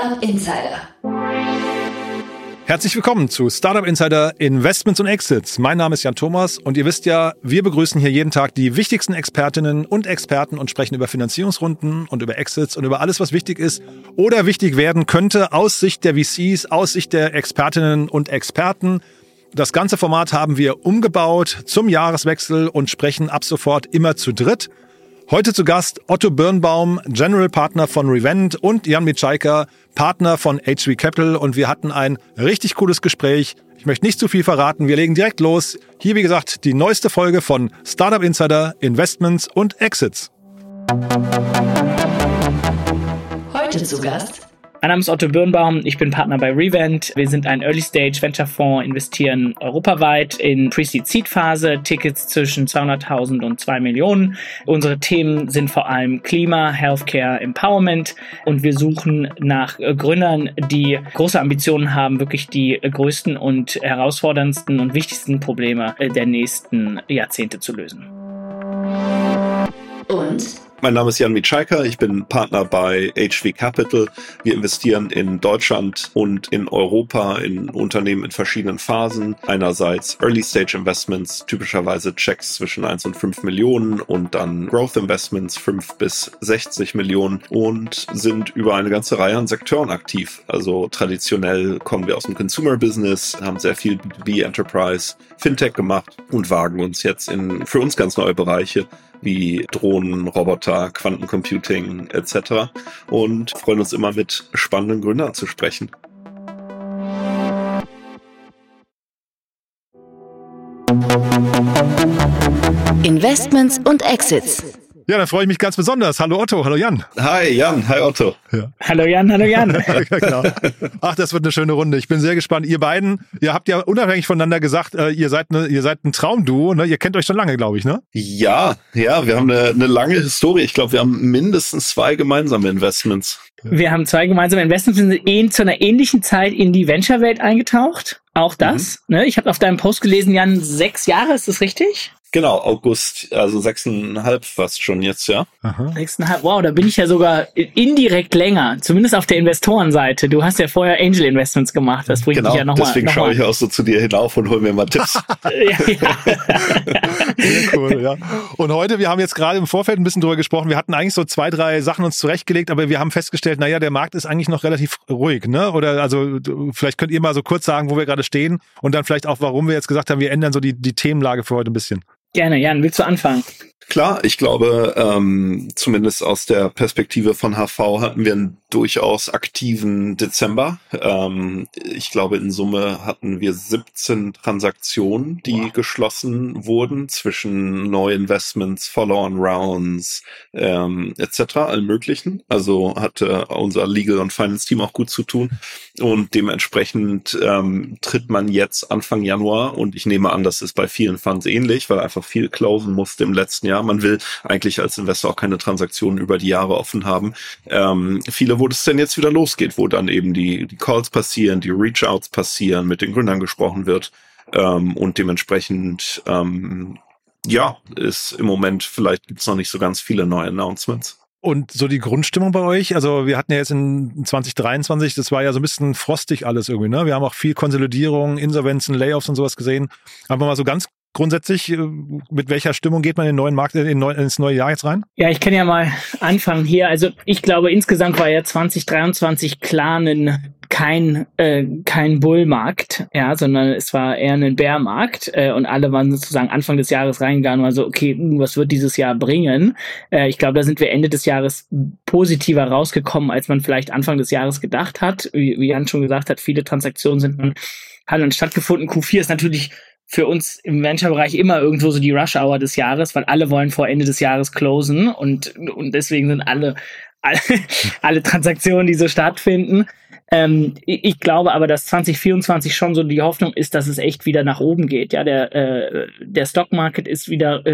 Startup Insider. Herzlich willkommen zu Startup Insider Investments und Exits. Mein Name ist Jan Thomas und ihr wisst ja, wir begrüßen hier jeden Tag die wichtigsten Expertinnen und Experten und sprechen über Finanzierungsrunden und über Exits und über alles, was wichtig ist oder wichtig werden könnte aus Sicht der VCs, aus Sicht der Expertinnen und Experten. Das ganze Format haben wir umgebaut zum Jahreswechsel und sprechen ab sofort immer zu dritt. Heute zu Gast Otto Birnbaum, General Partner von Revent und Jan Micajka, Partner von HV Capital. Und wir hatten ein richtig cooles Gespräch. Ich möchte nicht zu viel verraten. Wir legen direkt los. Hier, wie gesagt, die neueste Folge von Startup Insider Investments und Exits. Heute zu Gast Mein Name ist Otto Birnbaum, ich bin Partner bei Revent. Wir sind ein Early-Stage-Venture-Fonds, investieren europaweit in Pre-Seed-Seed-Phase, Tickets zwischen 200.000 und 2 Millionen. Unsere Themen sind vor allem Klima, Healthcare, Empowerment und wir suchen nach Gründern, die große Ambitionen haben, wirklich die größten und herausforderndsten und wichtigsten Probleme der nächsten Jahrzehnte zu lösen. und Mein Name ist Jan Micajka, ich bin Partner bei HV Capital. Wir investieren in Deutschland und in Europa in Unternehmen in verschiedenen Phasen. Einerseits Early Stage Investments, typischerweise Checks zwischen 1 und 5 Millionen und dann Growth Investments 5 bis 60 Millionen und sind über eine ganze Reihe an Sektoren aktiv. Also traditionell kommen wir aus dem Consumer Business, haben sehr viel B2B Enterprise, Fintech gemacht und wagen uns jetzt in für uns ganz neue Bereiche wie Drohnen, Roboter, Quantencomputing etc. und freuen uns immer mit spannenden Gründern zu sprechen. Investments und Exits. Ja, dann freue ich mich ganz besonders. Hallo Otto, hallo Jan. Hi Jan, hi Otto. Ja. Hallo Jan, hallo Jan. Ja, genau. Ach, das wird eine schöne Runde. Ich bin sehr gespannt. Ihr beiden, ihr habt ja unabhängig voneinander gesagt, ihr seid ein Traumduo, ne? Ihr kennt euch schon lange, glaube ich, ne? Ja, wir haben eine lange Historie. Ich glaube, wir haben mindestens 2 gemeinsame Investments. Wir haben 2 gemeinsame Investments, wir sind zu einer ähnlichen Zeit in die Venture-Welt eingetaucht. Auch das, ne? Ich habe auf deinem Post gelesen, Jan, 6 Jahre, ist das richtig? Genau, August, also 6,5 fast schon jetzt, ja. Aha. 6,5, wow, da bin ich ja sogar indirekt länger, zumindest auf der Investorenseite. Du hast ja vorher Angel Investments gemacht, das bringt dich ja nochmal. Deswegen schaue ich auch so zu dir hinauf und hol mir mal Tipps. Ja. Sehr cool, ja. Und heute, wir haben jetzt gerade im Vorfeld ein bisschen drüber gesprochen, wir hatten eigentlich so 2, 3 Sachen uns zurechtgelegt, aber wir haben festgestellt, naja, der Markt ist eigentlich noch relativ ruhig, ne? Oder also vielleicht könnt ihr mal so kurz sagen, wo wir gerade stehen und dann vielleicht auch, warum wir jetzt gesagt haben, wir ändern so die Themenlage für heute ein bisschen. Gerne, Jan, willst du anfangen? Klar, ich glaube, zumindest aus der Perspektive von HV hatten wir einen durchaus aktiven Dezember. Ich glaube, in Summe hatten wir 17 Transaktionen, die geschlossen wurden zwischen Neuinvestments, Follow-on-Rounds etc., allem möglichen. Also hatte unser Legal- und Finance-Team auch gut zu tun. Und dementsprechend tritt man jetzt Anfang Januar, und ich nehme an, das ist bei vielen Funds ähnlich, weil einfach viel closen musste im letzten Jahr. Man will eigentlich als Investor auch keine Transaktionen über die Jahre offen haben. Viele, wo das denn jetzt wieder losgeht, wo dann eben die Calls passieren, die Reach-Outs passieren, mit den Gründern gesprochen wird und dementsprechend ist im Moment, vielleicht gibt's noch nicht so ganz viele neue Announcements. Und so die Grundstimmung bei euch, also wir hatten ja jetzt in 2023, das war ja so ein bisschen frostig alles irgendwie, ne? Wir haben auch viel Konsolidierung, Insolvenzen, Layoffs und sowas gesehen. Aber mal so ganz grundsätzlich, mit welcher Stimmung geht man in den neuen Markt, ins neue Jahr jetzt rein? Ja, ich kann ja mal anfangen hier. Also ich glaube, insgesamt war ja 2023 klar kein Bullmarkt, ja, sondern es war eher ein Bärmarkt und alle waren sozusagen Anfang des Jahres reingegangen und also okay, was wird dieses Jahr bringen? Ich glaube, da sind wir Ende des Jahres positiver rausgekommen, als man vielleicht Anfang des Jahres gedacht hat. Wie Jan schon gesagt hat, viele Transaktionen haben dann stattgefunden. Q4 ist natürlich für uns im Venture-Bereich immer irgendwo so die Rush-Hour des Jahres, weil alle wollen vor Ende des Jahres closen und deswegen sind alle Transaktionen, die so stattfinden. Ich glaube aber, dass 2024 schon so die Hoffnung ist, dass es echt wieder nach oben geht. Ja, der Stockmarket ist wieder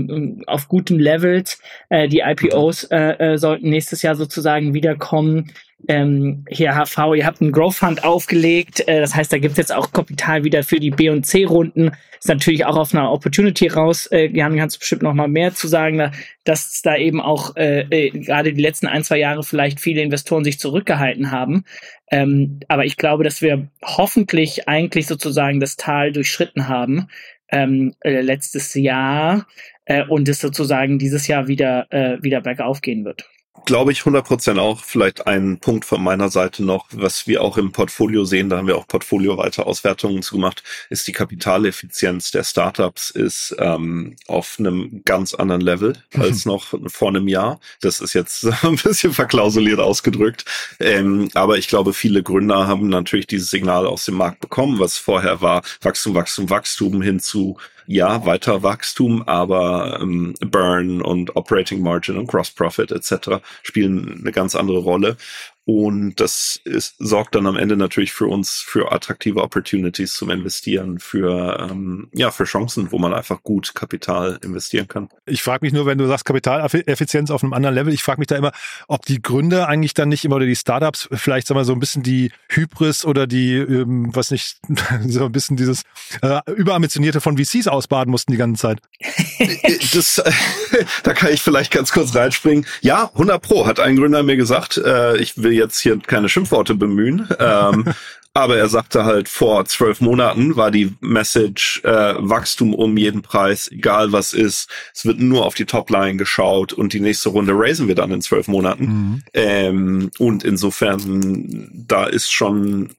auf guten Levels. Die IPOs sollten nächstes Jahr sozusagen wiederkommen. hier HV, ihr habt einen Growth Fund aufgelegt, das heißt, da gibt's jetzt auch Kapital wieder für die B- und C-Runden, ist natürlich auch auf einer Opportunity raus, Jan, kannst du bestimmt noch mal mehr zu sagen, dass da eben auch gerade die letzten 1-2 Jahre vielleicht viele Investoren sich zurückgehalten haben, aber ich glaube, dass wir hoffentlich eigentlich sozusagen das Tal durchschritten haben, letztes Jahr, und es sozusagen dieses Jahr wieder bergauf gehen wird. Glaube ich 100% auch. Vielleicht ein Punkt von meiner Seite noch, was wir auch im Portfolio sehen, da haben wir auch portfolioweite Auswertungen zu gemacht, ist die Kapitaleffizienz der Startups ist auf einem ganz anderen Level als noch vor einem Jahr. Das ist jetzt ein bisschen verklausuliert ausgedrückt. Aber ich glaube, viele Gründer haben natürlich dieses Signal aus dem Markt bekommen, was vorher war Wachstum hin zu weiter Wachstum, aber Burn und Operating Margin und Gross Profit etc. spielen eine ganz andere Rolle. Und das sorgt dann am Ende natürlich für uns für attraktive Opportunities zum Investieren, für Chancen, wo man einfach gut Kapital investieren kann. Ich frage mich nur, wenn du sagst Kapitaleffizienz auf einem anderen Level, ich frage mich da immer, ob die Gründer eigentlich dann nicht immer oder die Startups vielleicht, sagen wir so ein bisschen die Hybris oder die, so ein bisschen dieses Überambitionierte von VCs ausbaden mussten die ganze Zeit. Da kann ich vielleicht ganz kurz reinspringen. Ja, 100%, hat ein Gründer mir gesagt, ich will jetzt hier keine Schimpfworte bemühen, aber er sagte halt, vor 12 Monaten war die Message Wachstum um jeden Preis, egal was ist, es wird nur auf die Topline geschaut und die nächste Runde raisen wir dann in 12 Monaten. Und insofern, da ist schon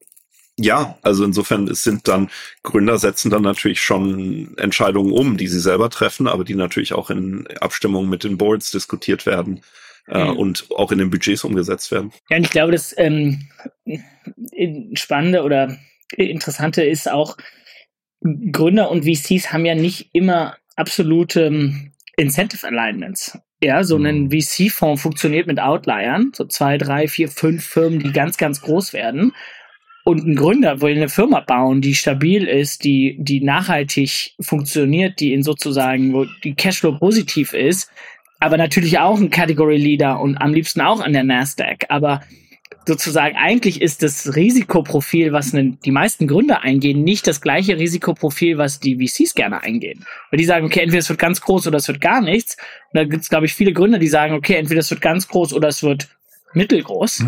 sind dann Gründer setzen dann natürlich schon Entscheidungen um, die sie selber treffen, aber die natürlich auch in Abstimmung mit den Boards diskutiert werden. Und auch in den Budgets umgesetzt werden. Ja, und ich glaube, das Spannende oder Interessante ist auch, Gründer und VCs haben ja nicht immer absolute Incentive Alignments. Ja, so ein VC-Fonds funktioniert mit Outliern, so 2, 3, 4, 5 Firmen, die ganz, ganz groß werden. Und ein Gründer will eine Firma bauen, die stabil ist, die nachhaltig funktioniert, die in sozusagen, wo die Cashflow positiv ist, aber natürlich auch ein Category Leader und am liebsten auch an der Nasdaq. Aber sozusagen eigentlich ist das Risikoprofil, was die meisten Gründer eingehen, nicht das gleiche Risikoprofil, was die VCs gerne eingehen. Weil die sagen, okay, entweder es wird ganz groß oder es wird gar nichts. Und da gibt es, glaube ich, viele Gründer, die sagen, okay, entweder es wird ganz groß oder es wird mittelgroß.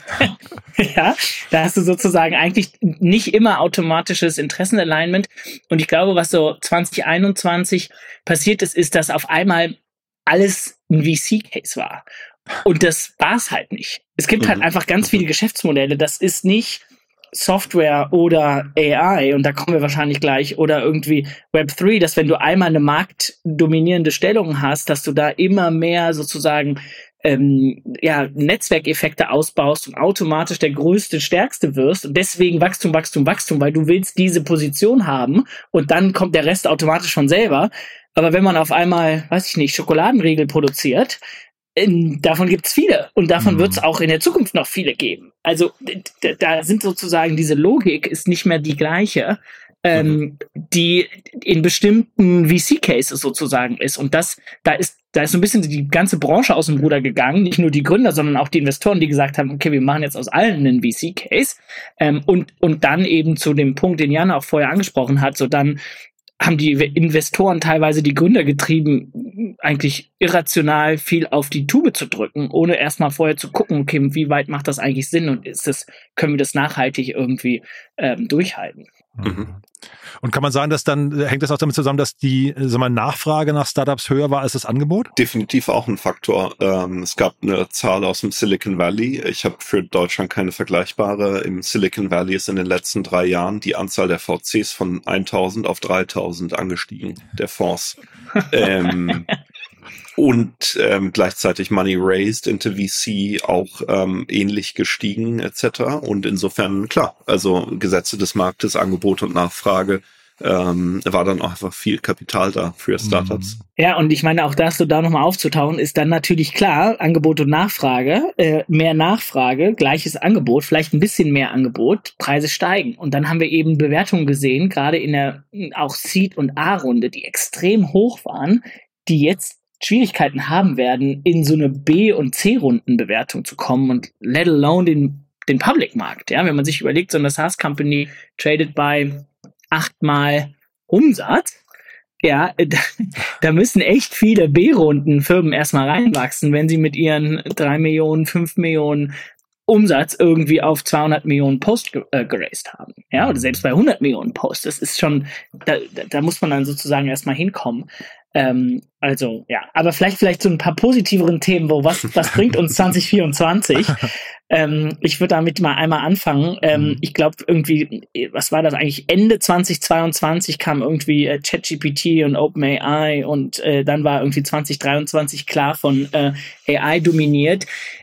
Ja, da hast du sozusagen eigentlich nicht immer automatisches Interessenalignment. Und ich glaube, was so 2021 passiert ist, dass auf einmal alles ein VC-Case war. Und das war es halt nicht. Es gibt halt einfach ganz viele Geschäftsmodelle. Das ist nicht Software oder AI, und da kommen wir wahrscheinlich gleich, oder irgendwie Web3, dass wenn du einmal eine marktdominierende Stellung hast, dass du da immer mehr sozusagen Netzwerkeffekte ausbaust und automatisch der größte, stärkste wirst und deswegen Wachstum, weil du willst diese Position haben und dann kommt der Rest automatisch von selber. Aber wenn man auf einmal, Schokoladenriegel produziert, davon gibt's viele und davon wird's auch in der Zukunft noch viele geben. Also da sind sozusagen diese Logik ist nicht mehr die gleiche, die in bestimmten VC-Cases sozusagen ist. Und da ist so ein bisschen die ganze Branche aus dem Ruder gegangen, nicht nur die Gründer, sondern auch die Investoren, die gesagt haben, okay, wir machen jetzt aus allen einen VC-Case. Und dann eben zu dem Punkt, den Jan auch vorher angesprochen hat, so dann haben die Investoren teilweise die Gründer getrieben, eigentlich irrational viel auf die Tube zu drücken, ohne erstmal vorher zu gucken, okay, wie weit macht das eigentlich Sinn und können wir das nachhaltig irgendwie durchhalten. Und kann man sagen, dass hängt das auch damit zusammen, dass die Nachfrage nach Startups höher war als das Angebot? Definitiv auch ein Faktor. Es gab eine Zahl aus dem Silicon Valley. Ich habe für Deutschland keine vergleichbare. Im Silicon Valley ist in den letzten 3 Jahren die Anzahl der VCs von 1000 auf 3000 angestiegen, der Fonds. Und gleichzeitig Money raised into VC auch ähnlich gestiegen etc. Und insofern, klar, also Gesetze des Marktes, Angebot und Nachfrage, war dann auch einfach viel Kapital da für Startups. Ja, und ich meine, auch das so da nochmal aufzutauen, ist dann natürlich klar, Angebot und Nachfrage, mehr Nachfrage, gleiches Angebot, vielleicht ein bisschen mehr Angebot, Preise steigen. Und dann haben wir eben Bewertungen gesehen, gerade in der auch Seed- und A-Runde, die extrem hoch waren, die jetzt Schwierigkeiten haben werden, in so eine B- und C-Runden-Bewertung zu kommen und let alone den Public-Markt. Ja, wenn man sich überlegt, so eine SaaS-Company tradet bei 8-mal Umsatz, ja, da müssen echt viele B-Runden-Firmen erstmal reinwachsen, wenn sie mit ihren 3 Millionen, 5 Millionen Umsatz irgendwie auf 200 Millionen Post geraced haben. Ja, oder selbst bei 100 Millionen Post. Das ist schon, da muss man dann sozusagen erstmal hinkommen. Also, ja, aber vielleicht so ein paar positiveren Themen, was bringt uns 2024? Ich würde damit mal einmal anfangen. Ich glaube irgendwie, was war das eigentlich? Ende 2022 kam irgendwie ChatGPT und OpenAI und dann war irgendwie 2023 klar von AI dominiert.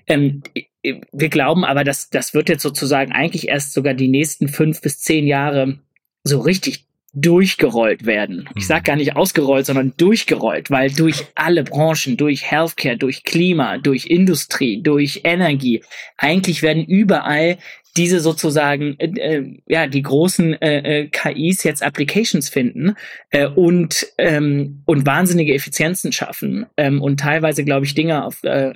Wir glauben aber, das wird jetzt sozusagen eigentlich erst sogar die nächsten 5 bis 10 Jahre so richtig durchgerollt werden. Ich sage gar nicht ausgerollt, sondern durchgerollt, weil durch alle Branchen, durch Healthcare, durch Klima, durch Industrie, durch Energie, eigentlich werden überall diese sozusagen die großen KIs jetzt Applications finden und wahnsinnige Effizienzen schaffen und teilweise, glaube ich, Dinge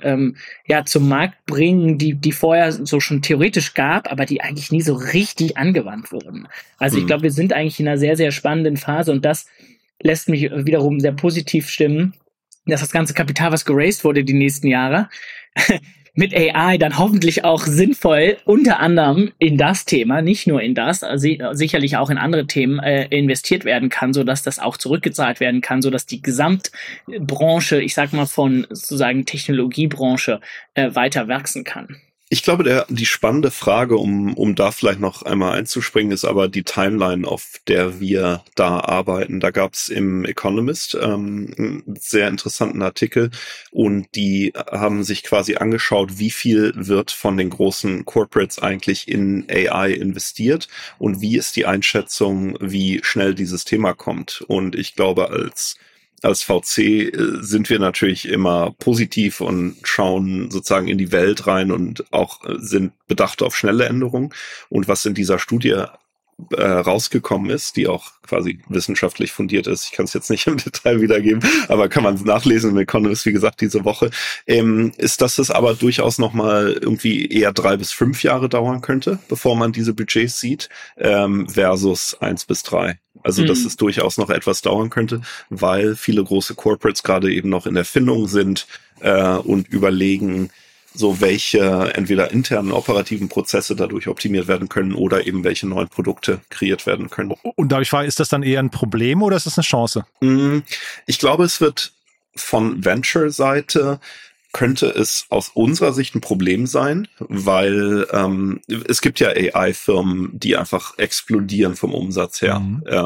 zum Markt bringen, die vorher so schon theoretisch gab, aber die eigentlich nie so richtig angewandt wurden. Also ich glaube, wir sind eigentlich in einer sehr, sehr spannenden Phase und das lässt mich wiederum sehr positiv stimmen, dass das ganze Kapital, was geraced wurde die nächsten Jahre, mit AI dann hoffentlich auch sinnvoll unter anderem in das Thema, nicht nur in das, sicherlich auch in andere Themen investiert werden kann, sodass das auch zurückgezahlt werden kann, sodass die Gesamtbranche, ich sag mal von sozusagen Technologiebranche, weiter wachsen kann. Ich glaube, die spannende Frage, um da vielleicht noch einmal einzuspringen, ist aber die Timeline, auf der wir da arbeiten. Da gab es im Economist einen sehr interessanten Artikel und die haben sich quasi angeschaut, wie viel wird von den großen Corporates eigentlich in AI investiert und wie ist die Einschätzung, wie schnell dieses Thema kommt. Und ich glaube, als VC sind wir natürlich immer positiv und schauen sozusagen in die Welt rein und auch sind bedacht auf schnelle Änderungen. Und was in dieser Studie rausgekommen ist, die auch quasi wissenschaftlich fundiert ist, ich kann es jetzt nicht im Detail wiedergeben, aber kann man nachlesen im Economist, wie gesagt, diese Woche, ist, dass es aber durchaus nochmal irgendwie eher 3 bis 5 Jahre dauern könnte, bevor man diese Budgets sieht, versus 1 bis 3. Also, dass es durchaus noch etwas dauern könnte, weil viele große Corporates gerade eben noch in der Findung sind und überlegen, so welche entweder internen operativen Prozesse dadurch optimiert werden können oder eben welche neuen Produkte kreiert werden können. Und darf ich fragen, ist das dann eher ein Problem oder ist das eine Chance? Ich glaube, es wird von Venture-Seite könnte es aus unserer Sicht ein Problem sein, weil es gibt ja AI-Firmen, die einfach explodieren vom Umsatz her.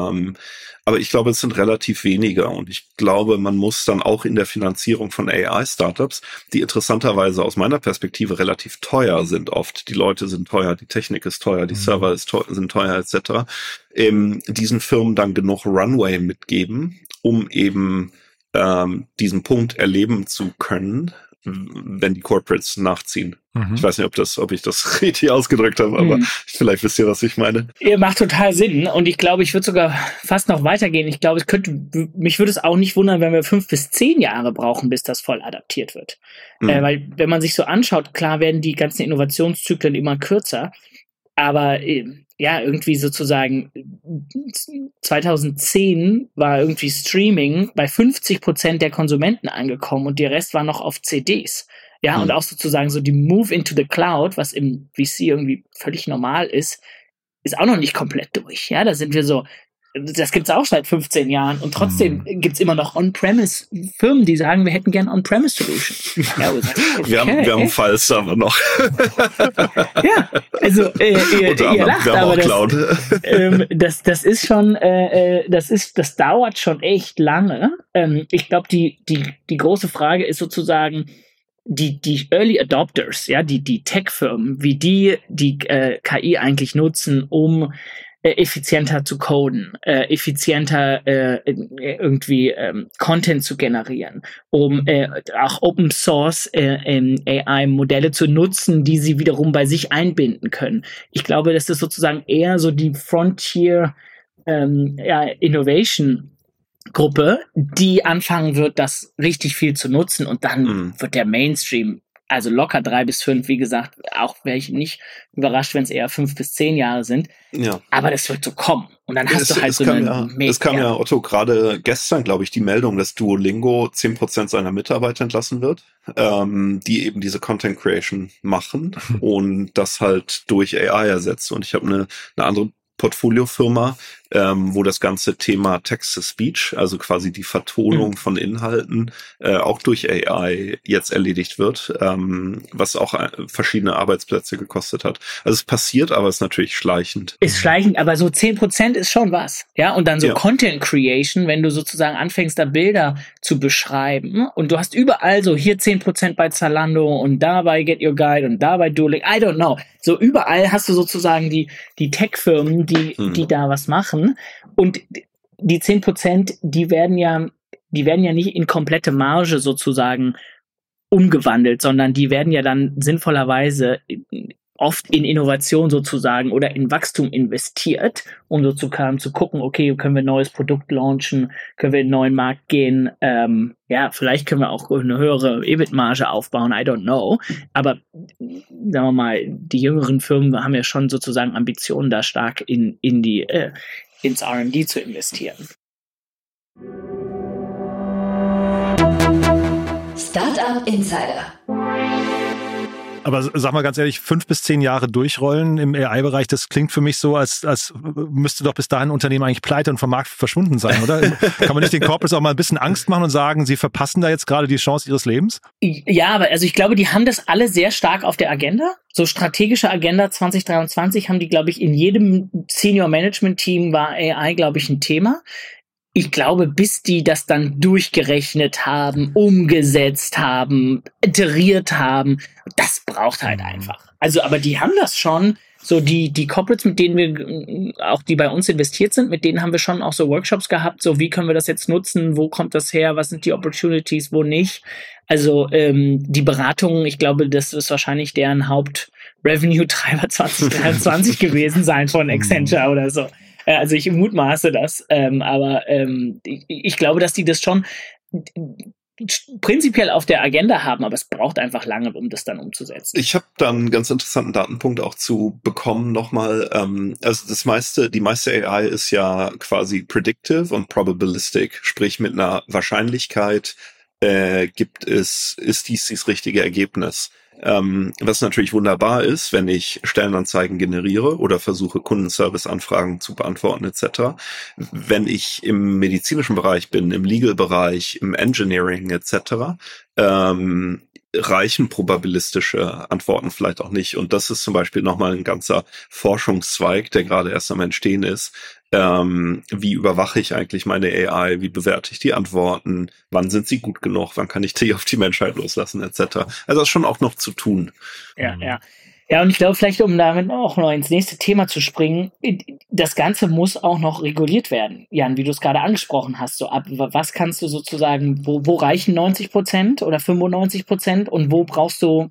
Aber ich glaube, es sind relativ wenige und ich glaube, man muss dann auch in der Finanzierung von AI-Startups, die interessanterweise aus meiner Perspektive relativ teuer sind oft, die Leute sind teuer, die Technik ist teuer, die Server sind teuer etc., diesen Firmen dann genug Runway mitgeben, um eben diesen Punkt erleben zu können, wenn die Corporates nachziehen. Ich weiß nicht, ob ich das richtig ausgedrückt habe, aber vielleicht wisst ihr, was ich meine. Ihr macht total Sinn und ich glaube, ich würde sogar fast noch weitergehen. Ich glaube, mich würde es auch nicht wundern, wenn wir 5 bis 10 Jahre brauchen, bis das voll adaptiert wird. Weil wenn man sich so anschaut, klar werden die ganzen Innovationszyklen immer kürzer, aber irgendwie sozusagen 2010 war irgendwie Streaming bei 50% der Konsumenten angekommen und der Rest war noch auf CDs. Ja, und auch sozusagen so die Move into the Cloud, was im VC irgendwie völlig normal ist auch noch nicht komplett durch. Ja, da sind wir so, das gibt's auch seit 15 Jahren und trotzdem gibt's immer noch On-Premise-Firmen, die sagen, wir hätten gern On-Premise-Solution. Ja, okay. Wir haben Files aber noch. Ja, also ihr lacht, aber das ist schon, das dauert schon echt lange. Ich glaube, die große Frage ist sozusagen, die Early Adopters, ja, die Tech-Firmen, wie die KI eigentlich nutzen, um effizienter zu coden, effizienter irgendwie Content zu generieren, um auch Open Source AI-Modelle zu nutzen, die sie wiederum bei sich einbinden können. Ich glaube, das ist sozusagen eher so die Frontier Innovation Gruppe, die anfangen wird, das richtig viel zu nutzen und dann wird der Mainstream, also locker 3 bis 5, wie gesagt, auch wäre ich nicht überrascht, wenn es eher 5 bis 10 Jahre sind. Ja. Aber das wird so kommen. Und dann hast du halt so einen Es kam ja, Otto, gerade gestern, glaube ich, die Meldung, dass Duolingo 10% seiner Mitarbeiter entlassen wird, die eben diese Content Creation machen und das halt durch AI ersetzt. Und ich habe eine andere Portfoliofirma, wo das ganze Thema Text-to-Speech, also quasi die Vertonung von Inhalten, auch durch AI jetzt erledigt wird, was auch verschiedene Arbeitsplätze gekostet hat. Also es passiert, aber es ist natürlich schleichend. Ist schleichend, aber so 10% ist schon was. Ja, und dann so Content Creation, wenn du sozusagen anfängst, da Bilder zu beschreiben und du hast überall so hier 10% bei Zalando und da bei Get Your Guide und da bei Duolingo, I don't know. So überall hast du sozusagen die Tech-Firmen, die da was machen. Und die 10%, die werden ja nicht in komplette Marge sozusagen umgewandelt, sondern die werden ja dann sinnvollerweise oft in Innovation sozusagen oder in Wachstum investiert, um so zu gucken, okay, können wir ein neues Produkt launchen, können wir in einen neuen Markt gehen, vielleicht können wir auch eine höhere EBIT-Marge aufbauen, I don't know, aber sagen wir mal, die jüngeren Firmen haben ja schon sozusagen Ambitionen, da stark ins R&D zu investieren. Startup Insider. Aber sag mal ganz ehrlich, 5 bis 10 Jahre durchrollen im AI-Bereich, das klingt für mich so, als müsste doch bis dahin ein Unternehmen eigentlich pleite und vom Markt verschwunden sein, oder? Kann man nicht den Corporates auch mal ein bisschen Angst machen und sagen, sie verpassen da jetzt gerade die Chance ihres Lebens? Ja, aber also ich glaube, die haben das alle sehr stark auf der Agenda. So strategische Agenda 2023 haben die, glaube ich, in jedem Senior-Management-Team war AI, glaube ich, ein Thema. Ich glaube, bis die das dann durchgerechnet haben, umgesetzt haben, iteriert haben, das braucht halt einfach. Also, aber die haben das schon, so die Corporates, mit denen wir, auch die bei uns investiert sind, mit denen haben wir schon auch so Workshops gehabt, so wie können wir das jetzt nutzen, wo kommt das her, was sind die Opportunities, wo nicht. Also die Beratung, ich glaube, das ist wahrscheinlich deren Haupt-Revenue-Treiber 2023 gewesen sein von Accenture oder so. Also ich mutmaße das, aber ich glaube, dass die das schon prinzipiell auf der Agenda haben, aber es braucht einfach lange, um das dann umzusetzen. Ich habe da einen ganz interessanten Datenpunkt auch zu bekommen nochmal. Also die meiste AI ist ja quasi predictive und probabilistic, sprich mit einer Wahrscheinlichkeit ist dies das richtige Ergebnis. Was natürlich wunderbar ist, wenn ich Stellenanzeigen generiere oder versuche, Kundenservice-Anfragen zu beantworten etc. Wenn ich im medizinischen Bereich bin, im Legal-Bereich, im Engineering etc., reichen probabilistische Antworten vielleicht auch nicht. Und das ist zum Beispiel nochmal ein ganzer Forschungszweig, der gerade erst am Entstehen ist. Wie überwache ich eigentlich meine AI? Wie bewerte ich die Antworten? Wann sind sie gut genug? Wann kann ich die auf die Menschheit loslassen, etc.? Also das ist schon auch noch zu tun. Ja, und ich glaube, vielleicht, um damit auch noch ins nächste Thema zu springen, das Ganze muss auch noch reguliert werden. Jan, wie du es gerade angesprochen hast, so ab was kannst du sozusagen, wo reichen 90% oder 95% und wo brauchst du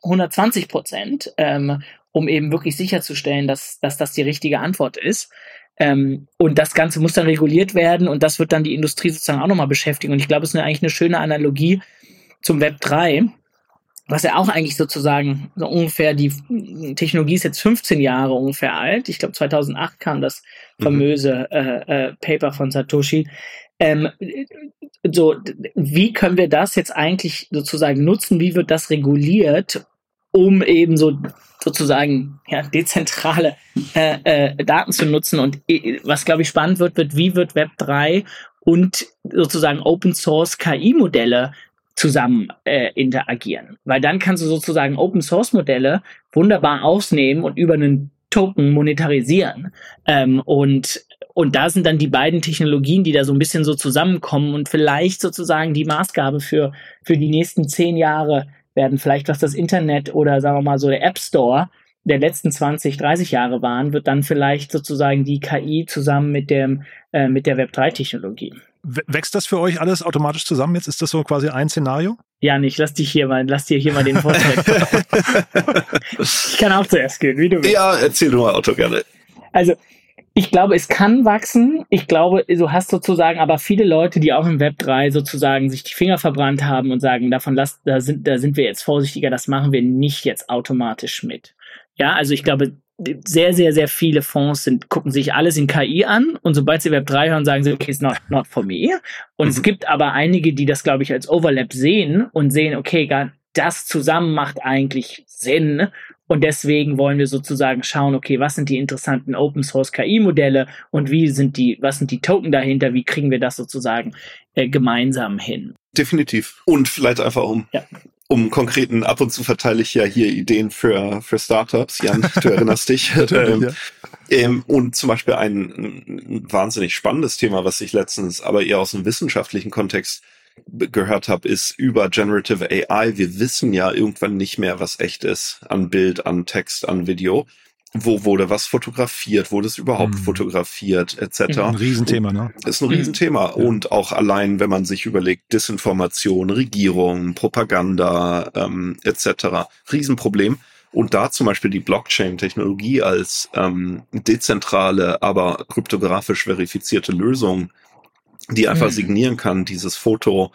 120%, um eben wirklich sicherzustellen, dass das die richtige Antwort ist. Und das Ganze muss dann reguliert werden und das wird dann die Industrie sozusagen auch nochmal beschäftigen. Und ich glaube, es ist eigentlich eine schöne Analogie zum Web 3, was ja auch eigentlich sozusagen so ungefähr, die Technologie ist jetzt 15 Jahre ungefähr alt. Ich glaube 2008 kam das famöse Paper von Satoshi. So, wie können wir das jetzt eigentlich sozusagen nutzen? Wie wird das reguliert, um eben sozusagen dezentrale Daten zu nutzen? Und was, glaube ich, spannend wird, wie wird Web 3 und sozusagen Open Source KI-Modelle zusammen interagieren. Weil dann kannst du sozusagen Open Source Modelle wunderbar ausnehmen und über einen Token monetarisieren. Und da sind dann die beiden Technologien, die da so ein bisschen so zusammenkommen und vielleicht sozusagen die Maßgabe für die nächsten 10 Jahre werden. Vielleicht was das Internet oder sagen wir mal so der App Store der letzten 20, 30 Jahre waren, wird dann vielleicht sozusagen die KI zusammen mit der Web3-Technologie. Wächst das für euch alles automatisch zusammen jetzt? Ist das so quasi ein Szenario? Ja, lass dir hier mal den Vortrag. Ich kann auch zuerst gehen, wie du willst. Ja, erzähl du mal, Otto, gerne. Also, Ich glaube, es kann wachsen. Ich glaube, du hast sozusagen aber viele Leute, die auch im Web 3 sozusagen sich die Finger verbrannt haben und sagen, da sind wir jetzt vorsichtiger, das machen wir nicht jetzt automatisch mit. Ja, also ich glaube, sehr, sehr, sehr viele Fonds gucken sich alles in KI an und sobald sie Web 3 hören, sagen sie, okay, it's not for me. Und es gibt aber einige, die das, glaube ich, als Overlap sehen und sehen, okay, das zusammen macht eigentlich Sinn. Und deswegen wollen wir sozusagen schauen, okay, was sind die interessanten Open-Source-KI-Modelle und was sind die Token dahinter, wie kriegen wir das sozusagen gemeinsam hin? Definitiv. Und vielleicht einfach um konkreten, ab und zu verteile ich ja hier Ideen für Startups. Jan, du erinnerst dich. Und zum Beispiel ein wahnsinnig spannendes Thema, was ich letztens aber eher aus einem wissenschaftlichen Kontext gehört habe, ist über Generative AI. Wir wissen ja irgendwann nicht mehr, was echt ist an Bild, an Text, an Video. Wo wurde was fotografiert? Wurde es überhaupt fotografiert, etc.? Ein Riesenthema, ne? Ist ein Riesenthema. Ja. Und auch allein, wenn man sich überlegt, Desinformation, Regierung, Propaganda, etc. Riesenproblem. Und da zum Beispiel die Blockchain-Technologie als dezentrale, aber kryptografisch verifizierte Lösung, die einfach signieren kann, dieses Foto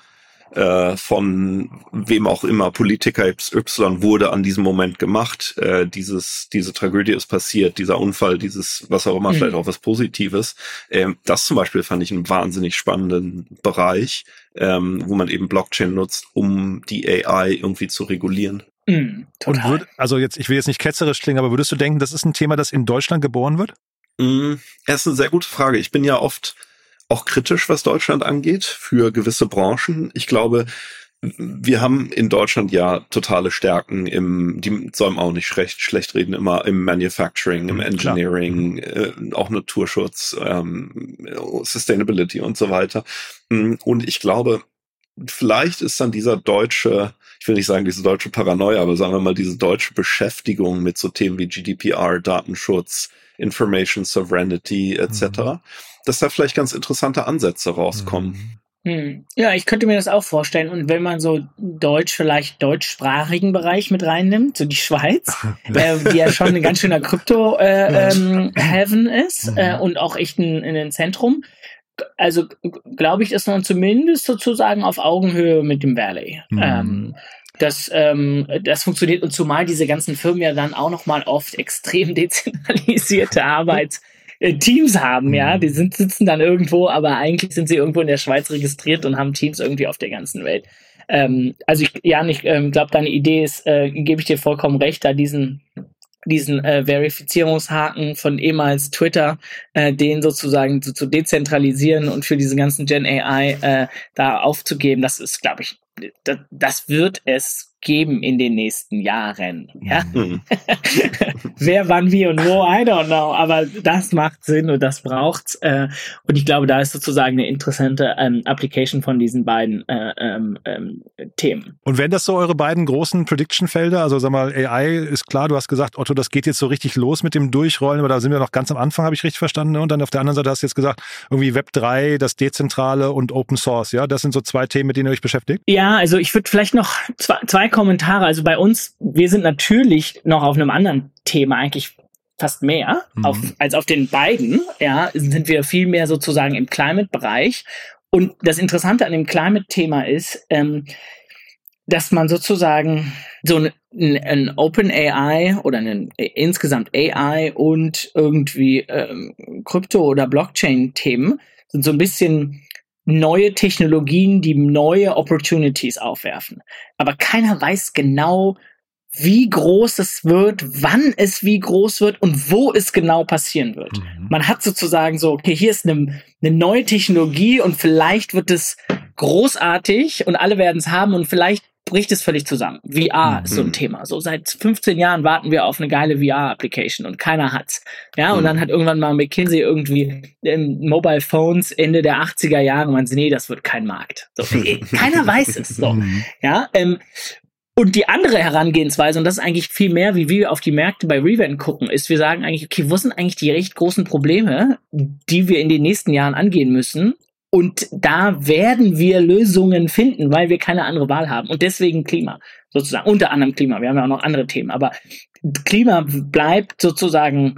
von wem auch immer, Politiker Y wurde an diesem Moment gemacht, diese Tragödie ist passiert, dieser Unfall, dieses was auch immer, vielleicht auch was Positives. Das zum Beispiel fand ich einen wahnsinnig spannenden Bereich, wo man eben Blockchain nutzt, um die AI irgendwie zu regulieren. Total. Und ich will jetzt nicht ketzerisch klingen, aber würdest du denken, das ist ein Thema, das in Deutschland geboren wird? Das ist eine sehr gute Frage. Ich bin ja oft auch kritisch, was Deutschland angeht, für gewisse Branchen. Ich glaube, wir haben in Deutschland ja totale Stärken die sollen auch nicht schlecht reden, immer im Manufacturing, im Engineering, auch Naturschutz, Sustainability und so weiter. Und ich glaube, vielleicht ist dann dieser deutsche, ich will nicht sagen diese deutsche Paranoia, aber sagen wir mal diese deutsche Beschäftigung mit so Themen wie GDPR, Datenschutz, Information Sovereignty etc., dass da vielleicht ganz interessante Ansätze rauskommen. Ja, ich könnte mir das auch vorstellen. Und wenn man so vielleicht deutschsprachigen Bereich mit reinnimmt, so die Schweiz, die ja schon ein ganz schöner Krypto-Heaven ist und auch echt ein Zentrum, also glaube ich, ist man zumindest sozusagen auf Augenhöhe mit dem Valley. Das funktioniert und zumal diese ganzen Firmen ja dann auch nochmal oft extrem dezentralisierte Teams haben, ja, die sitzen dann irgendwo, aber eigentlich sind sie irgendwo in der Schweiz registriert und haben Teams irgendwie auf der ganzen Welt. Also ich glaube, deine Idee ist, gebe ich dir vollkommen recht, da diesen Verifizierungshaken von ehemals Twitter, den sozusagen zu dezentralisieren und für diese ganzen Gen AI da aufzugeben, das ist, glaube ich, das wird es geben in den nächsten Jahren. Ja? Wer, wann, wie und wo, I don't know. Aber das macht Sinn und das braucht's. Und ich glaube, da ist sozusagen eine interessante Application von diesen beiden Themen. Und wenn das so eure beiden großen Prediction-Felder, also sag mal, AI ist klar, du hast gesagt, Otto, das geht jetzt so richtig los mit dem Durchrollen, aber da sind wir noch ganz am Anfang, habe ich richtig verstanden. Und dann auf der anderen Seite hast du jetzt gesagt, irgendwie Web 3, das Dezentrale und Open Source, ja? Das sind so zwei Themen, mit denen ihr euch beschäftigt? Ja, also ich würde vielleicht noch zwei Kommentare. Also bei uns, wir sind natürlich noch auf einem anderen Thema, eigentlich fast mehr, als auf den beiden, ja, sind wir viel mehr sozusagen im Climate-Bereich. Und das Interessante an dem Climate-Thema ist, dass man sozusagen so ein Open AI oder insgesamt AI und irgendwie Krypto- oder Blockchain-Themen sind so ein bisschen neue Technologien, die neue Opportunities aufwerfen. Aber keiner weiß genau, wie groß es wird, wann es wie groß wird und wo es genau passieren wird. Man hat sozusagen so, okay, hier ist eine neue Technologie und vielleicht wird es großartig und alle werden es haben und vielleicht bricht es völlig zusammen. VR ist so ein Thema. So seit 15 Jahren warten wir auf eine geile VR-Application und keiner hat's. Ja, und dann hat irgendwann mal McKinsey irgendwie Mobile Phones Ende der 80er Jahre man nee, das wird kein Markt. So, keiner weiß es. So. Ja, und die andere Herangehensweise, und das ist eigentlich viel mehr, wie wir auf die Märkte bei Revent gucken, ist, wir sagen eigentlich, okay, wo sind eigentlich die recht großen Probleme, die wir in den nächsten Jahren angehen müssen? Und da werden wir Lösungen finden, weil wir keine andere Wahl haben. Und deswegen Klima, sozusagen, unter anderem Klima. Wir haben ja auch noch andere Themen. Aber Klima bleibt sozusagen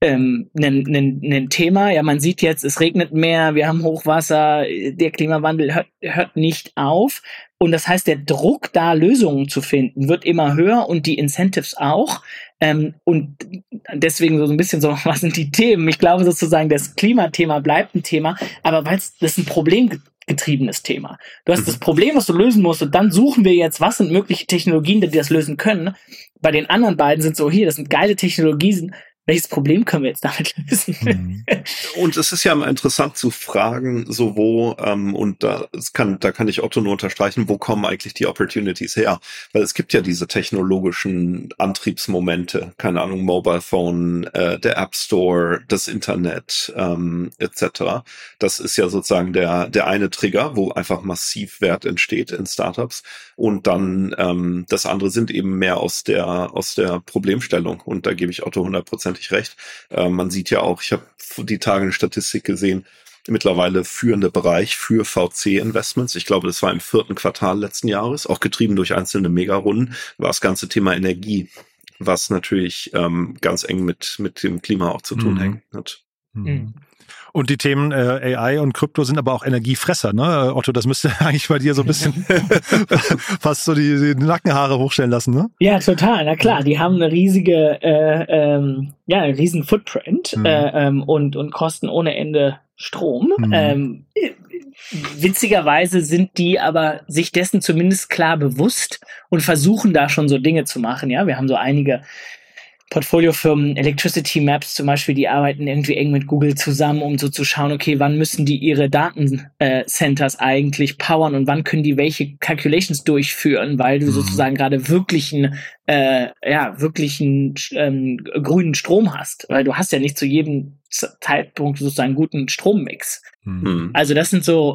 ein Thema. Ja, man sieht jetzt, es regnet mehr, wir haben Hochwasser, der Klimawandel hört nicht auf. Und das heißt, der Druck, da Lösungen zu finden, wird immer höher und die Incentives auch. Und deswegen so ein bisschen so, was sind die Themen? Ich glaube sozusagen, das Klimathema bleibt ein Thema, aber das ist ein problemgetriebenes Thema. Du hast das Problem, was du lösen musst, und dann suchen wir jetzt, was sind mögliche Technologien, die das lösen können. Bei den anderen beiden sind so, hier, das sind geile Technologien, welches Problem können wir jetzt damit lösen? Und es ist ja immer interessant zu fragen, so wo, und da kann ich Otto nur unterstreichen, wo kommen eigentlich die Opportunities her? Weil es gibt ja diese technologischen Antriebsmomente, keine Ahnung, Mobile Phone, der App Store, das Internet, etc. Das ist ja sozusagen der eine Trigger, wo einfach massiv Wert entsteht in Startups. Und dann das andere sind eben mehr aus der Problemstellung. Und da gebe ich Otto 100% recht. Man sieht ja auch, ich habe die Tage eine Statistik gesehen, mittlerweile führende Bereich für VC-Investments. Ich glaube, das war im 4. Quartal letzten Jahres, auch getrieben durch einzelne Megarunden, war das ganze Thema Energie, was natürlich ganz eng mit dem Klima auch zu tun hängt hat. Und die Themen AI und Krypto sind aber auch Energiefresser, ne? Otto, das müsste eigentlich bei dir so ein bisschen fast so die Nackenhaare hochstellen lassen, ne? Ja, total, na klar. Die haben eine riesige, einen riesen Footprint und kosten ohne Ende Strom. Witzigerweise sind die aber sich dessen zumindest klar bewusst und versuchen da schon so Dinge zu machen. Ja, wir haben so einige Portfoliofirmen, Electricity Maps zum Beispiel, die arbeiten irgendwie eng mit Google zusammen, um so zu schauen, okay, wann müssen die ihre Datencenters eigentlich powern und wann können die welche Calculations durchführen, weil du sozusagen gerade wirklichen grünen Strom hast, weil du hast ja nicht zu jedem Zeitpunkt sozusagen guten Strommix. Also das sind so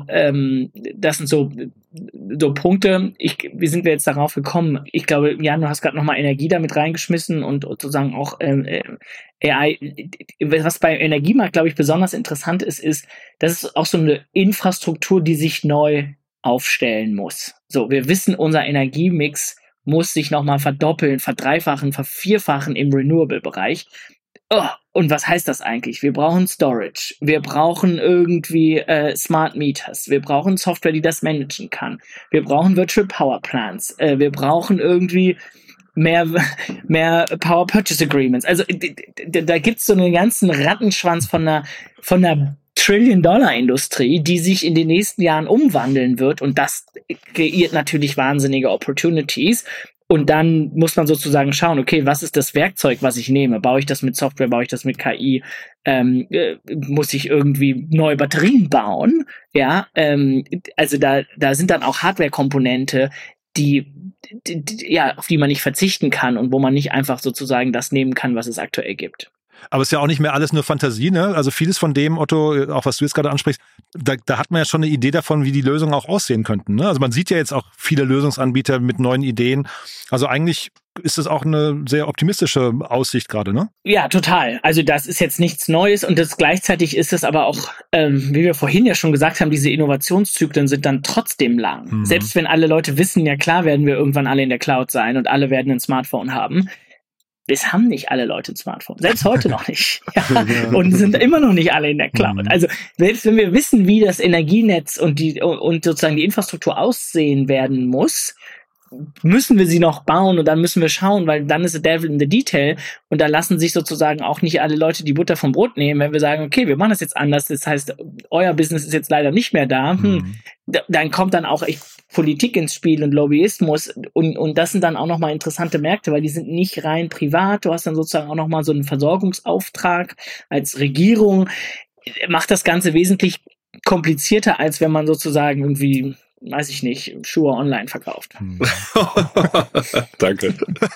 Punkte. Wie sind wir jetzt darauf gekommen? Ich glaube, Jan, du hast gerade nochmal Energie damit reingeschmissen und sozusagen auch AI. Was bei Energiemarkt, glaube ich, besonders interessant ist, das ist auch so eine Infrastruktur, die sich neu aufstellen muss. So, wir wissen, unser Energiemix muss sich nochmal verdoppeln, verdreifachen, vervierfachen im Renewable-Bereich. Und was heißt das eigentlich? Wir brauchen Storage, wir brauchen irgendwie Smart Meters, wir brauchen Software, die das managen kann, wir brauchen Virtual Power Plants, wir brauchen irgendwie mehr Power Purchase Agreements. Also da gibt's so einen ganzen Rattenschwanz von einer Trillion-Dollar-Industrie, die sich in den nächsten Jahren umwandeln wird, und das kreiert natürlich wahnsinnige Opportunities. Und dann muss man sozusagen schauen, okay, was ist das Werkzeug, was ich nehme? Baue ich das mit Software, baue ich das mit KI? Muss ich irgendwie neue Batterien bauen? Ja, also da sind dann auch Hardware-Komponente, auf die man nicht verzichten kann und wo man nicht einfach sozusagen das nehmen kann, was es aktuell gibt. Aber es ist ja auch nicht mehr alles nur Fantasie, ne? Also vieles von dem, Otto, auch was du jetzt gerade ansprichst, da hat man ja schon eine Idee davon, wie die Lösungen auch aussehen könnten, ne? Also man sieht ja jetzt auch viele Lösungsanbieter mit neuen Ideen. Also eigentlich ist das auch eine sehr optimistische Aussicht gerade, ne? Ja, total. Also das ist jetzt nichts Neues, und gleichzeitig ist es aber auch, wie wir vorhin ja schon gesagt haben, diese Innovationszyklen sind dann trotzdem lang. Selbst wenn alle Leute wissen, ja klar werden wir irgendwann alle in der Cloud sein und alle werden ein Smartphone haben. Es haben nicht alle Leute ein Smartphone. Selbst heute noch nicht. Ja. Und sind immer noch nicht alle in der Cloud. Also selbst wenn wir wissen, wie das Energienetz und sozusagen die Infrastruktur aussehen werden muss, müssen wir sie noch bauen, und dann müssen wir schauen, weil dann ist the devil in the detail, und da lassen sich sozusagen auch nicht alle Leute die Butter vom Brot nehmen, wenn wir sagen, okay, wir machen das jetzt anders, das heißt, euer Business ist jetzt leider nicht mehr da, dann kommt dann auch echt Politik ins Spiel und Lobbyismus, und das sind dann auch nochmal interessante Märkte, weil die sind nicht rein privat, du hast dann sozusagen auch nochmal so einen Versorgungsauftrag als Regierung, macht das Ganze wesentlich komplizierter, als wenn man sozusagen irgendwie, weiß ich nicht, Schuhe online verkauft. Danke.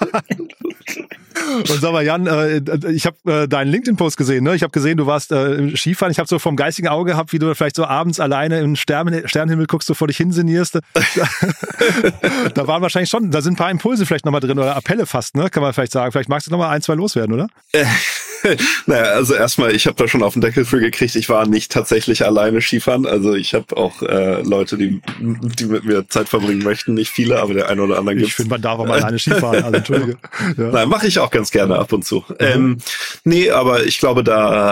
Und sag mal, Jan, ich habe deinen LinkedIn-Post gesehen, ne? Ich habe gesehen, du warst Skifahren. Ich habe so vom geistigen Auge gehabt, wie du vielleicht so abends alleine im Sternenhimmel guckst, so vor dich hinsinnierst. Da waren wahrscheinlich schon, da sind ein paar Impulse vielleicht nochmal drin oder Appelle fast, ne? Kann man vielleicht sagen. Vielleicht magst du nochmal 1, 2 loswerden, oder? Naja, also erstmal, ich habe da schon auf den Deckel für gekriegt. Ich war nicht tatsächlich alleine Skifahren. Also ich habe auch Leute, die mit mir Zeit verbringen möchten. Nicht viele, aber der eine oder andere gibt's. Ich finde, man darf auch mal alleine Skifahren. Also Entschuldige. Ja. Nein, mache ich auch ganz gerne ab und zu. Nee, aber ich glaube,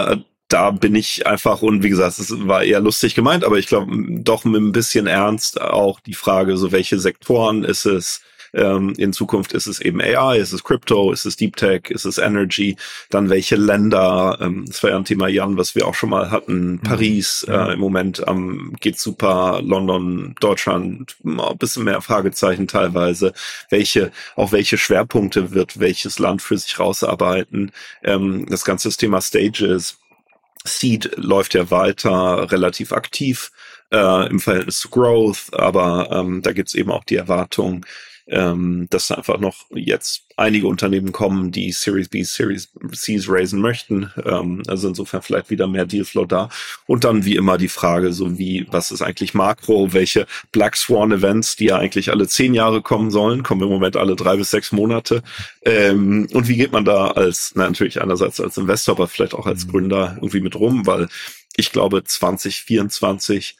da bin ich einfach, und wie gesagt, es war eher lustig gemeint, aber ich glaube doch mit ein bisschen Ernst auch die Frage, so welche Sektoren ist es, in Zukunft ist es eben AI, ist es Crypto, ist es Deep Tech, ist es Energy, dann welche Länder, das war ja ein Thema, Jan, was wir auch schon mal hatten, Paris, im Moment geht super, London, Deutschland, ein bisschen mehr Fragezeichen teilweise, welche Schwerpunkte wird welches Land für sich rausarbeiten, das ganze Thema Stages, Seed läuft ja weiter relativ aktiv im Verhältnis zu Growth, aber da gibt's eben auch die Erwartung, dass da einfach noch jetzt einige Unternehmen kommen, die Series B, Series Cs raisen möchten. Also insofern vielleicht wieder mehr Dealflow da. Und dann wie immer die Frage, was ist eigentlich Makro? Welche Black Swan Events, die ja eigentlich alle 10 Jahre kommen sollen, kommen im Moment alle 3 bis 6 Monate. Und wie geht man da natürlich einerseits als Investor, aber vielleicht auch als Gründer irgendwie mit rum? Weil ich glaube 2024,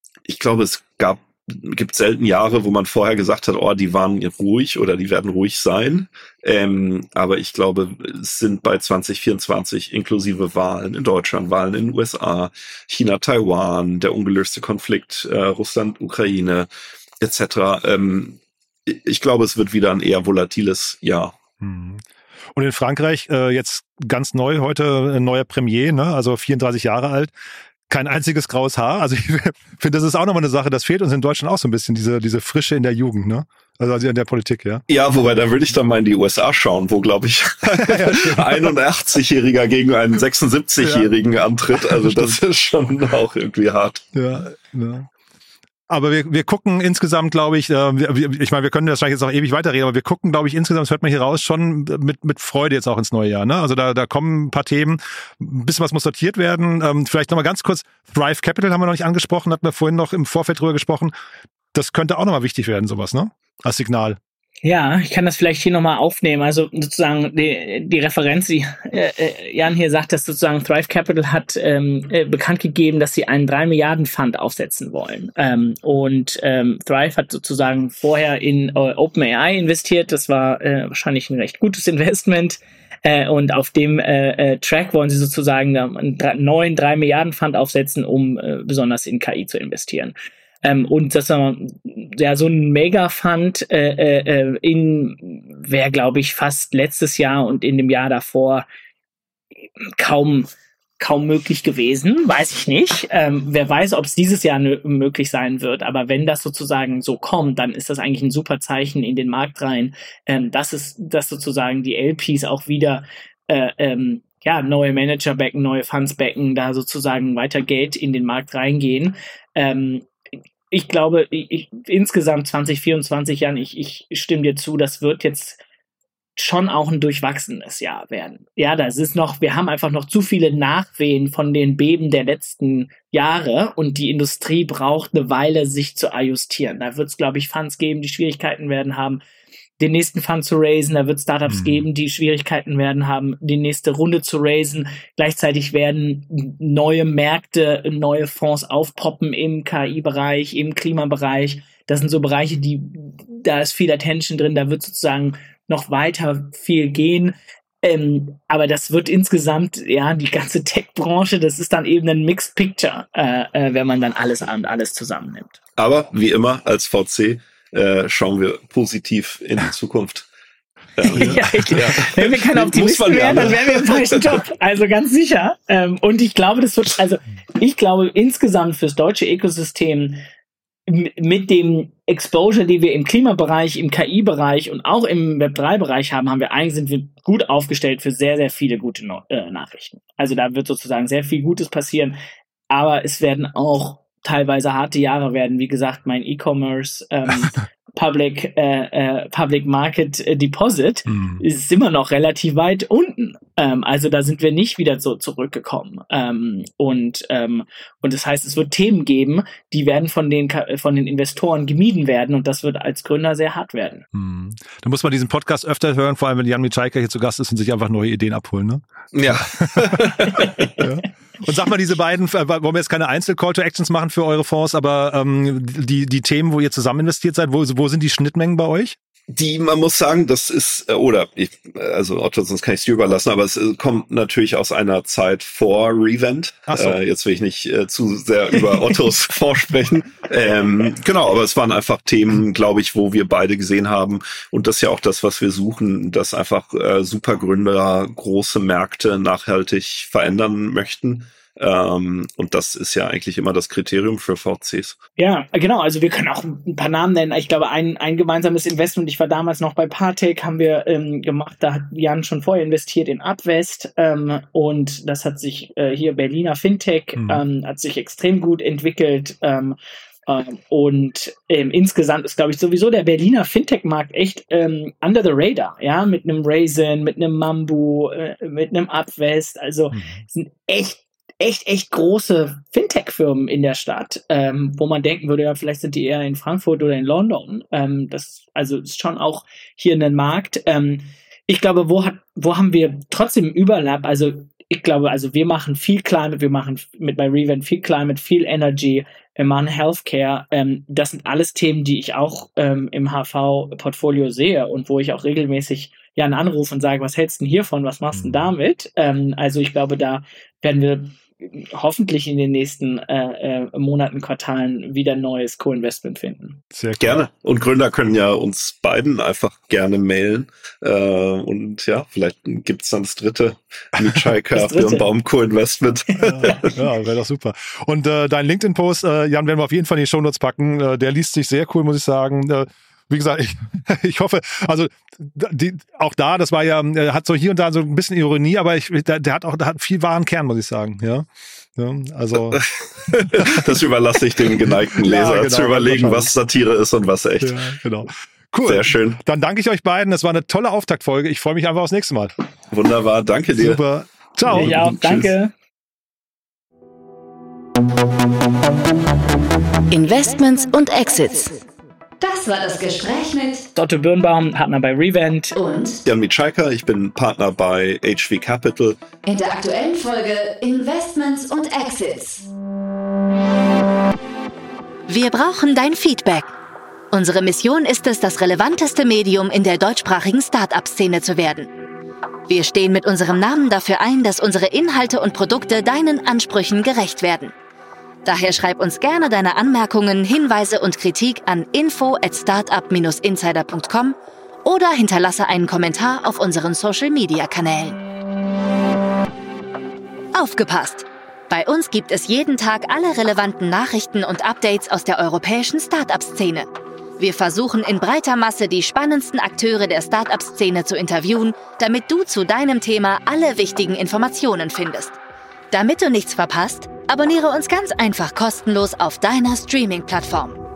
es gibt selten Jahre, wo man vorher gesagt hat, die waren ruhig oder die werden ruhig sein. Aber ich glaube, es sind bei 2024 inklusive Wahlen in Deutschland, Wahlen in den USA, China, Taiwan, der ungelöste Konflikt Russland, Ukraine etc. Ich glaube, es wird wieder ein eher volatiles Jahr. Und in Frankreich jetzt ganz neu, heute ein neuer Premier, ne? Also 34 Jahre alt. Kein einziges graues Haar. Also ich finde, das ist auch nochmal eine Sache, das fehlt uns in Deutschland auch so ein bisschen, diese Frische in der Jugend, ne? Also in der Politik, ja. Ja, wobei, da würde ich dann mal in die USA schauen, wo, glaube ich, ein 81-Jähriger gegen einen 76-Jährigen antritt. Also das ist schon auch irgendwie hart. Ja. Aber wir gucken insgesamt, glaube ich, ich meine, wir können das vielleicht jetzt auch ewig weiterreden, aber wir gucken, glaube ich, insgesamt, das hört man hier raus, schon mit Freude jetzt auch ins neue Jahr. Ne? Also da kommen ein paar Themen, ein bisschen was muss sortiert werden. Vielleicht nochmal ganz kurz, Thrive Capital haben wir noch nicht angesprochen, hatten wir vorhin noch im Vorfeld drüber gesprochen. Das könnte auch nochmal wichtig werden, sowas, ne? Als Signal. Ja, ich kann das vielleicht hier nochmal aufnehmen. Also sozusagen die Referenz, die Jan hier sagt, dass sozusagen Thrive Capital hat bekannt gegeben, dass sie einen 3 Milliarden Fund aufsetzen wollen. Und Thrive hat sozusagen vorher in OpenAI investiert. Das war wahrscheinlich ein recht gutes Investment. Und auf dem Track wollen sie sozusagen einen neuen 3 Milliarden Fund aufsetzen, um besonders in KI zu investieren. Und das ja so ein Mega-Fund wäre, glaube ich, fast letztes Jahr und in dem Jahr davor kaum möglich gewesen, weiß ich nicht. Wer weiß, ob es dieses Jahr möglich sein wird, aber wenn das sozusagen so kommt, dann ist das eigentlich ein super Zeichen in den Markt rein, dass sozusagen die LPs auch wieder neue Manager backen, neue Funds backen, da sozusagen weiter Geld in den Markt reingehen. Ich glaube, insgesamt 2024, Jan, ich stimme dir zu, das wird jetzt schon auch ein durchwachsenes Jahr werden. Ja, wir haben einfach noch zu viele Nachwehen von den Beben der letzten Jahre und die Industrie braucht eine Weile, sich zu ajustieren. Da wird es, glaube ich, Funds geben, die Schwierigkeiten werden haben, den nächsten Fund zu raisen. Da wird Startups geben, die Schwierigkeiten werden haben, die nächste Runde zu raisen. Gleichzeitig werden neue Märkte, neue Fonds aufpoppen im KI-Bereich, im Klimabereich. Das sind so Bereiche, da ist viel Attention drin, da wird sozusagen noch weiter viel gehen. Aber das wird insgesamt, die ganze Tech-Branche, das ist dann eben ein Mixed Picture, wenn man dann alles zusammennimmt. Aber wie immer als VC schauen wir positiv in die Zukunft. Wenn wir kein Optimist wären, dann wären wir im falschen Job. Also ganz sicher. Und ich glaube, insgesamt fürs deutsche Ökosystem mit dem Exposure, die wir im Klimabereich, im KI-Bereich und auch im Web3-Bereich sind wir gut aufgestellt für sehr, sehr viele gute Nachrichten. Also da wird sozusagen sehr viel Gutes passieren, aber es werden auch teilweise harte Jahre werden. Wie gesagt, mein E-Commerce Public Market Deposit ist immer noch relativ weit unten. Also da sind wir nicht wieder so zurückgekommen. Und das heißt, es wird Themen geben, die werden von den Investoren gemieden werden und das wird als Gründer sehr hart werden. Da muss man diesen Podcast öfter hören, vor allem wenn Jan Michalka hier zu Gast ist und sich einfach neue Ideen abholen, ne? Ja. Ja. Und sag mal, diese beiden, wollen wir jetzt keine Einzel-Call-to-Actions machen für eure Fonds, aber die Themen, wo ihr zusammen investiert seid, wo sind die Schnittmengen bei euch? Man muss sagen, das ist, also Otto, sonst kann ich es dir überlassen, aber es kommt natürlich aus einer Zeit vor Revent. Ach so. Jetzt will ich nicht zu sehr über Ottos Fonds sprechen. Genau, aber es waren einfach Themen, glaube ich, wo wir beide gesehen haben, und das ist ja auch das, was wir suchen, dass einfach Supergründer große Märkte nachhaltig verändern möchten. Und das ist ja eigentlich immer das Kriterium für VCs. Ja, genau. Also wir können auch ein paar Namen nennen. Ich glaube, ein gemeinsames Investment, ich war damals noch bei Partech, haben wir gemacht. Da hat Jan schon vorher investiert in Upvest. Und das hat sich hier Berliner Fintech, hat sich extrem gut entwickelt. Und insgesamt ist, glaube ich, sowieso der Berliner Fintech-Markt echt under the radar, ja, mit einem Raisin, mit einem Mambu, mit einem Upvest. Also sind echt große Fintech-Firmen in der Stadt, wo man denken würde, ja, vielleicht sind die eher in Frankfurt oder in London. Das ist schon auch hier ein Markt. Ich glaube, wo haben wir trotzdem Überlapp? Also ich glaube, wir machen viel Climate, wir machen bei Revent viel Climate, viel Energy, wir machen Healthcare. Das sind alles Themen, die ich auch im HV-Portfolio sehe und wo ich auch regelmäßig Jan anrufe und sage, was hältst du denn hiervon, was machst du denn damit? Also ich glaube, da werden wir hoffentlich in den nächsten Monaten, Quartalen wieder ein neues Co-Investment finden. Sehr cool. Gerne. Und Gründer können ja uns beiden einfach gerne mailen. Und ja, vielleicht gibt's dann das dritte Michalka Birnbaum Co-Investment. Ja, wäre doch super. Und dein LinkedIn-Post, Jan, werden wir auf jeden Fall in die Shownotes packen. Der liest sich sehr cool, muss ich sagen. Wie gesagt, ich hoffe, also auch da, das war ja, hat so hier und da so ein bisschen Ironie, aber der hat viel wahren Kern, muss ich sagen. Ja, also das überlasse ich dem geneigten Leser, genau, zu überlegen, was Satire ist und was echt. Ja, genau. Cool. Sehr schön. Dann danke ich euch beiden. Das war eine tolle Auftaktfolge. Ich freue mich einfach aufs nächste Mal. Wunderbar, danke dir. Super. Ciao. Ich auch, danke. Investments und Exits. Das war das Gespräch mit Otto Birnbaum, Partner bei Revent. Und Jan Michalka, ich bin Partner bei HV Capital. In der aktuellen Folge Investments und Exits. Wir brauchen dein Feedback. Unsere Mission ist es, das relevanteste Medium in der deutschsprachigen Start-up-Szene zu werden. Wir stehen mit unserem Namen dafür ein, dass unsere Inhalte und Produkte deinen Ansprüchen gerecht werden. Daher schreib uns gerne deine Anmerkungen, Hinweise und Kritik an info@startup-insider.com oder hinterlasse einen Kommentar auf unseren Social-Media-Kanälen. Aufgepasst! Bei uns gibt es jeden Tag alle relevanten Nachrichten und Updates aus der europäischen Startup-Szene. Wir versuchen in breiter Masse die spannendsten Akteure der Startup-Szene zu interviewen, damit du zu deinem Thema alle wichtigen Informationen findest. Damit du nichts verpasst, abonniere uns ganz einfach kostenlos auf deiner Streaming-Plattform.